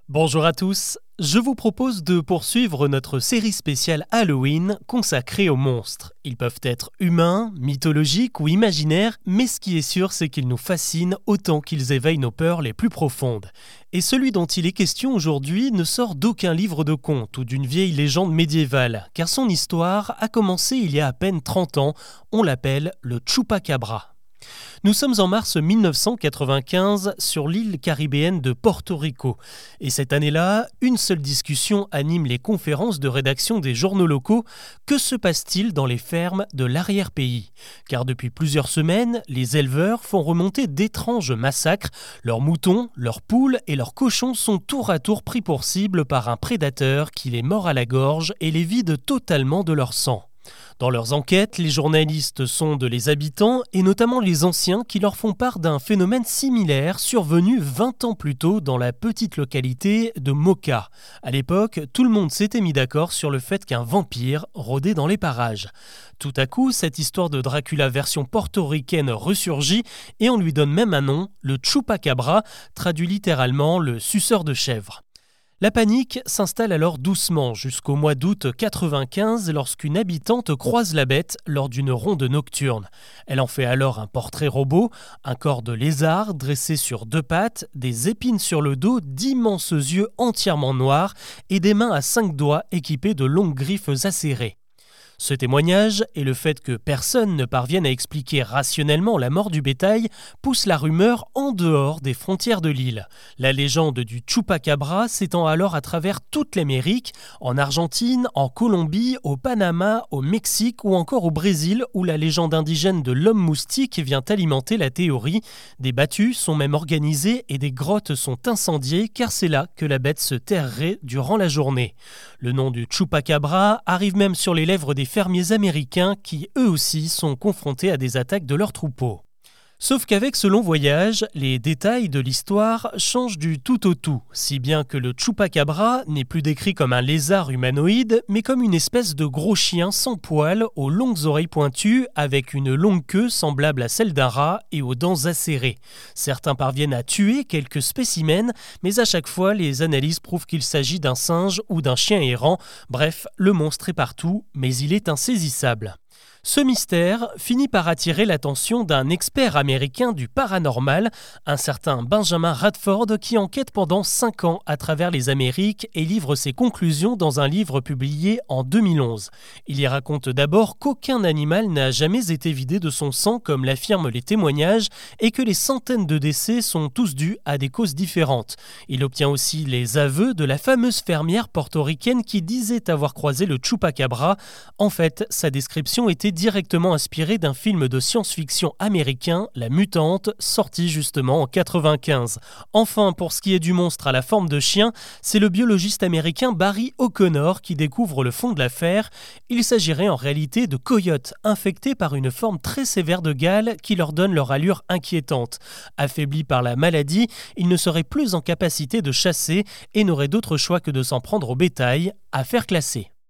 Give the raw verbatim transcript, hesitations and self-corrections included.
Bonjour à tous, je vous propose de poursuivre notre série spéciale Halloween consacrée aux monstres. Ils peuvent être humains, mythologiques ou imaginaires, mais ce qui est sûr c'est qu'ils nous fascinent autant qu'ils éveillent nos peurs les plus profondes. Et celui dont il est question aujourd'hui ne sort d'aucun livre de contes ou d'une vieille légende médiévale, car son histoire a commencé il y a à peine trente ans, on l'appelle le Chupacabra. Nous sommes en mars mille neuf cent quatre-vingt-quinze sur l'île caribéenne de Porto Rico. Et cette année-là, une seule discussion anime les conférences de rédaction des journaux locaux. Que se passe-t-il dans les fermes de l'arrière-pays ? Car depuis plusieurs semaines, les éleveurs font remonter d'étranges massacres. Leurs moutons, leurs poules et leurs cochons sont tour à tour pris pour cible par un prédateur qui les mord à la gorge et les vide totalement de leur sang. Dans leurs enquêtes, les journalistes sondent les habitants et notamment les anciens qui leur font part d'un phénomène similaire survenu vingt ans plus tôt dans la petite localité de Moca. À l'époque, tout le monde s'était mis d'accord sur le fait qu'un vampire rôdait dans les parages. Tout à coup, cette histoire de Dracula version portoricaine ressurgit et on lui donne même un nom, le Chupacabra, traduit littéralement le suceur de chèvre. La panique s'installe alors doucement jusqu'au mois d'août quatre-vingt-quinze lorsqu'une habitante croise la bête lors d'une ronde nocturne. Elle en fait alors un portrait robot, un corps de lézard dressé sur deux pattes, des épines sur le dos, d'immenses yeux entièrement noirs et des mains à cinq doigts équipées de longues griffes acérées. Ce témoignage et le fait que personne ne parvienne à expliquer rationnellement la mort du bétail poussent la rumeur en dehors des frontières de l'île. La légende du Chupacabra s'étend alors à travers toute l'Amérique, en Argentine, en Colombie, au Panama, au Mexique ou encore au Brésil où la légende indigène de l'homme moustique vient alimenter la théorie. Des battues sont même organisées et des grottes sont incendiées car c'est là que la bête se terrerait durant la journée. Le nom du Chupacabra arrive même sur les lèvres des fermiers américains qui, eux aussi, sont confrontés à des attaques de leurs troupeaux. Sauf qu'avec ce long voyage, les détails de l'histoire changent du tout au tout, si bien que le Chupacabra n'est plus décrit comme un lézard humanoïde, mais comme une espèce de gros chien sans poils, aux longues oreilles pointues, avec une longue queue semblable à celle d'un rat et aux dents acérées. Certains parviennent à tuer quelques spécimens, mais à chaque fois, les analyses prouvent qu'il s'agit d'un singe ou d'un chien errant. Bref, le monstre est partout, mais il est insaisissable. Ce mystère finit par attirer l'attention d'un expert américain du paranormal, un certain Benjamin Radford qui enquête pendant cinq ans à travers les Amériques et livre ses conclusions dans un livre publié en deux mille onze. Il y raconte d'abord qu'aucun animal n'a jamais été vidé de son sang comme l'affirment les témoignages et que les centaines de décès sont tous dus à des causes différentes. Il obtient aussi les aveux de la fameuse fermière portoricaine qui disait avoir croisé le Chupacabra. En fait, sa description était directement inspiré d'un film de science-fiction américain, La Mutante, sorti justement en quatre-vingt-quinze. Enfin, pour ce qui est du monstre à la forme de chien, c'est le biologiste américain Barry O'Connor qui découvre le fond de l'affaire. Il s'agirait en réalité de coyotes infectés par une forme très sévère de gale qui leur donne leur allure inquiétante. Affaiblis par la maladie, ils ne seraient plus en capacité de chasser et n'auraient d'autre choix que de s'en prendre au bétail, à faire classer.